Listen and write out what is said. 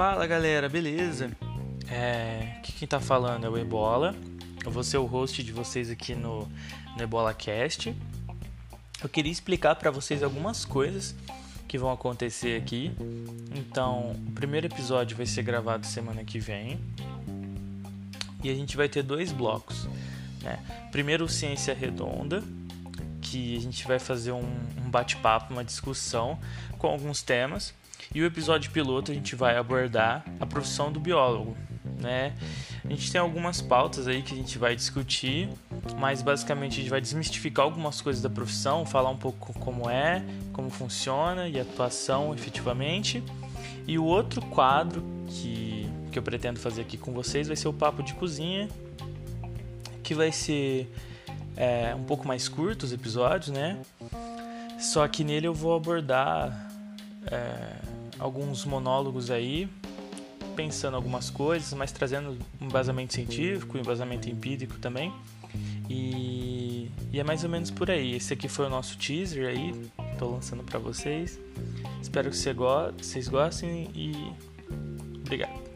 Fala galera, beleza? Aqui quem tá falando é o Ebola. Eu vou ser o host de vocês aqui no EbolaCast. Eu queria explicar para vocês algumas coisas que vão acontecer aqui. Então, o primeiro episódio vai ser gravado semana que vem. E a gente vai ter 2 blocos, né? Primeiro, Ciência Redonda, que a gente vai fazer um bate-papo, uma discussão com alguns temas. E o episódio piloto a gente vai abordar a profissão do biólogo, né? A gente tem algumas pautas aí que a gente vai discutir, mas basicamente a gente vai desmistificar algumas coisas da profissão, falar um pouco como funciona e a atuação efetivamente. E o outro quadro que eu pretendo fazer aqui com vocês vai ser o Papo de Cozinha, que vai ser um pouco mais curto os episódios, né? Só que nele eu vou abordar alguns monólogos aí, pensando algumas coisas, mas trazendo um embasamento científico, um embasamento empírico também. E é mais ou menos por aí. Esse aqui foi o nosso teaser aí, tô lançando para vocês. Espero que vocês gostem e obrigado.